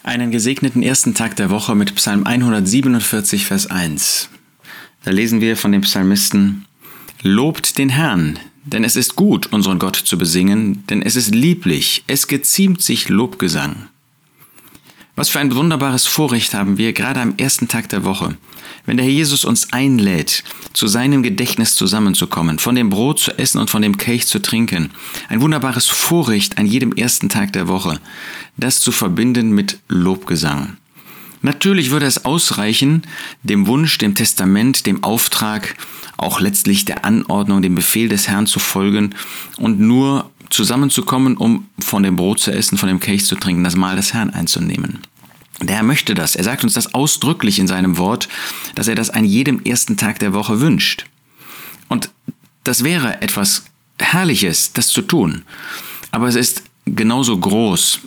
Einen gesegneten ersten Tag der Woche mit Psalm 147, Vers 1. Da lesen wir von dem Psalmisten: Lobt den Herrn, denn es ist gut, unseren Gott zu besingen, denn es ist lieblich, es geziemt sich Lobgesang. Was für ein wunderbares Vorrecht haben wir, gerade am ersten Tag der Woche, wenn der Herr Jesus uns einlädt, zu seinem Gedächtnis zusammenzukommen, von dem Brot zu essen und von dem Kelch zu trinken. Ein wunderbares Vorrecht an jedem ersten Tag der Woche, das zu verbinden mit Lobgesang. Natürlich würde es ausreichen, dem Wunsch, dem Testament, dem Auftrag, auch letztlich der Anordnung, dem Befehl des Herrn zu folgen und nur zusammenzukommen, um von dem Brot zu essen, von dem Kelch zu trinken, das Mahl des Herrn einzunehmen. Der Herr möchte das. Er sagt uns das ausdrücklich in seinem Wort, dass er das an jedem ersten Tag der Woche wünscht. Und das wäre etwas Herrliches, das zu tun. Aber es ist genauso groß.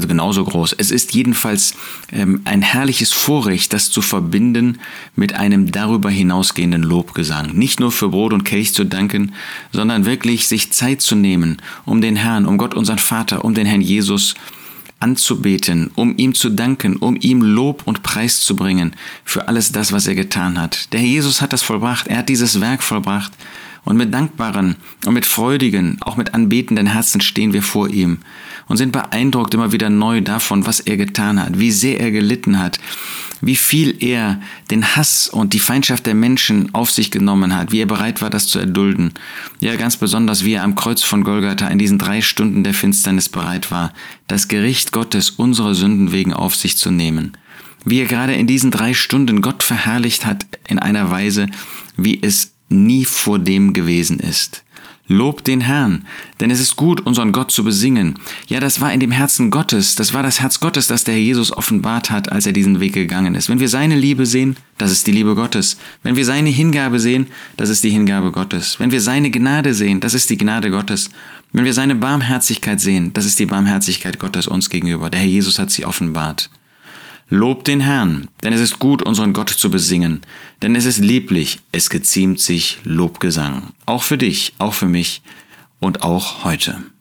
Es ist jedenfalls ein herrliches Vorrecht, das zu verbinden mit einem darüber hinausgehenden Lobgesang. Nicht nur für Brot und Kelch zu danken, sondern wirklich sich Zeit zu nehmen, um den Herrn, um Gott, unseren Vater, um den Herrn Jesus anzubeten, um ihm zu danken, um ihm Lob und Preis zu bringen für alles das, was er getan hat. Der Herr Jesus hat das vollbracht, er hat dieses Werk vollbracht. Und mit dankbaren und mit freudigen, auch mit anbetenden Herzen stehen wir vor ihm und sind beeindruckt immer wieder neu davon, was er getan hat, wie sehr er gelitten hat, wie viel er den Hass und die Feindschaft der Menschen auf sich genommen hat, wie er bereit war, das zu erdulden. Ja, ganz besonders, wie er am Kreuz von Golgatha in diesen 3 Stunden der Finsternis bereit war, das Gericht Gottes unsere Sünden wegen auf sich zu nehmen. Wie er gerade in diesen 3 Stunden Gott verherrlicht hat in einer Weise, wie es nie vor dem gewesen ist. Lobt den Herrn, denn es ist gut, unseren Gott zu besingen. Ja, das war in dem Herzen Gottes, das war das Herz Gottes, das der Herr Jesus offenbart hat, als er diesen Weg gegangen ist. Wenn wir seine Liebe sehen, das ist die Liebe Gottes. Wenn wir seine Hingabe sehen, das ist die Hingabe Gottes. Wenn wir seine Gnade sehen, das ist die Gnade Gottes. Wenn wir seine Barmherzigkeit sehen, das ist die Barmherzigkeit Gottes uns gegenüber. Der Herr Jesus hat sie offenbart. Lobt den Herrn, denn es ist gut, unseren Gott zu besingen, denn es ist lieblich, es geziemt sich Lobgesang. Auch für dich, auch für mich und auch heute.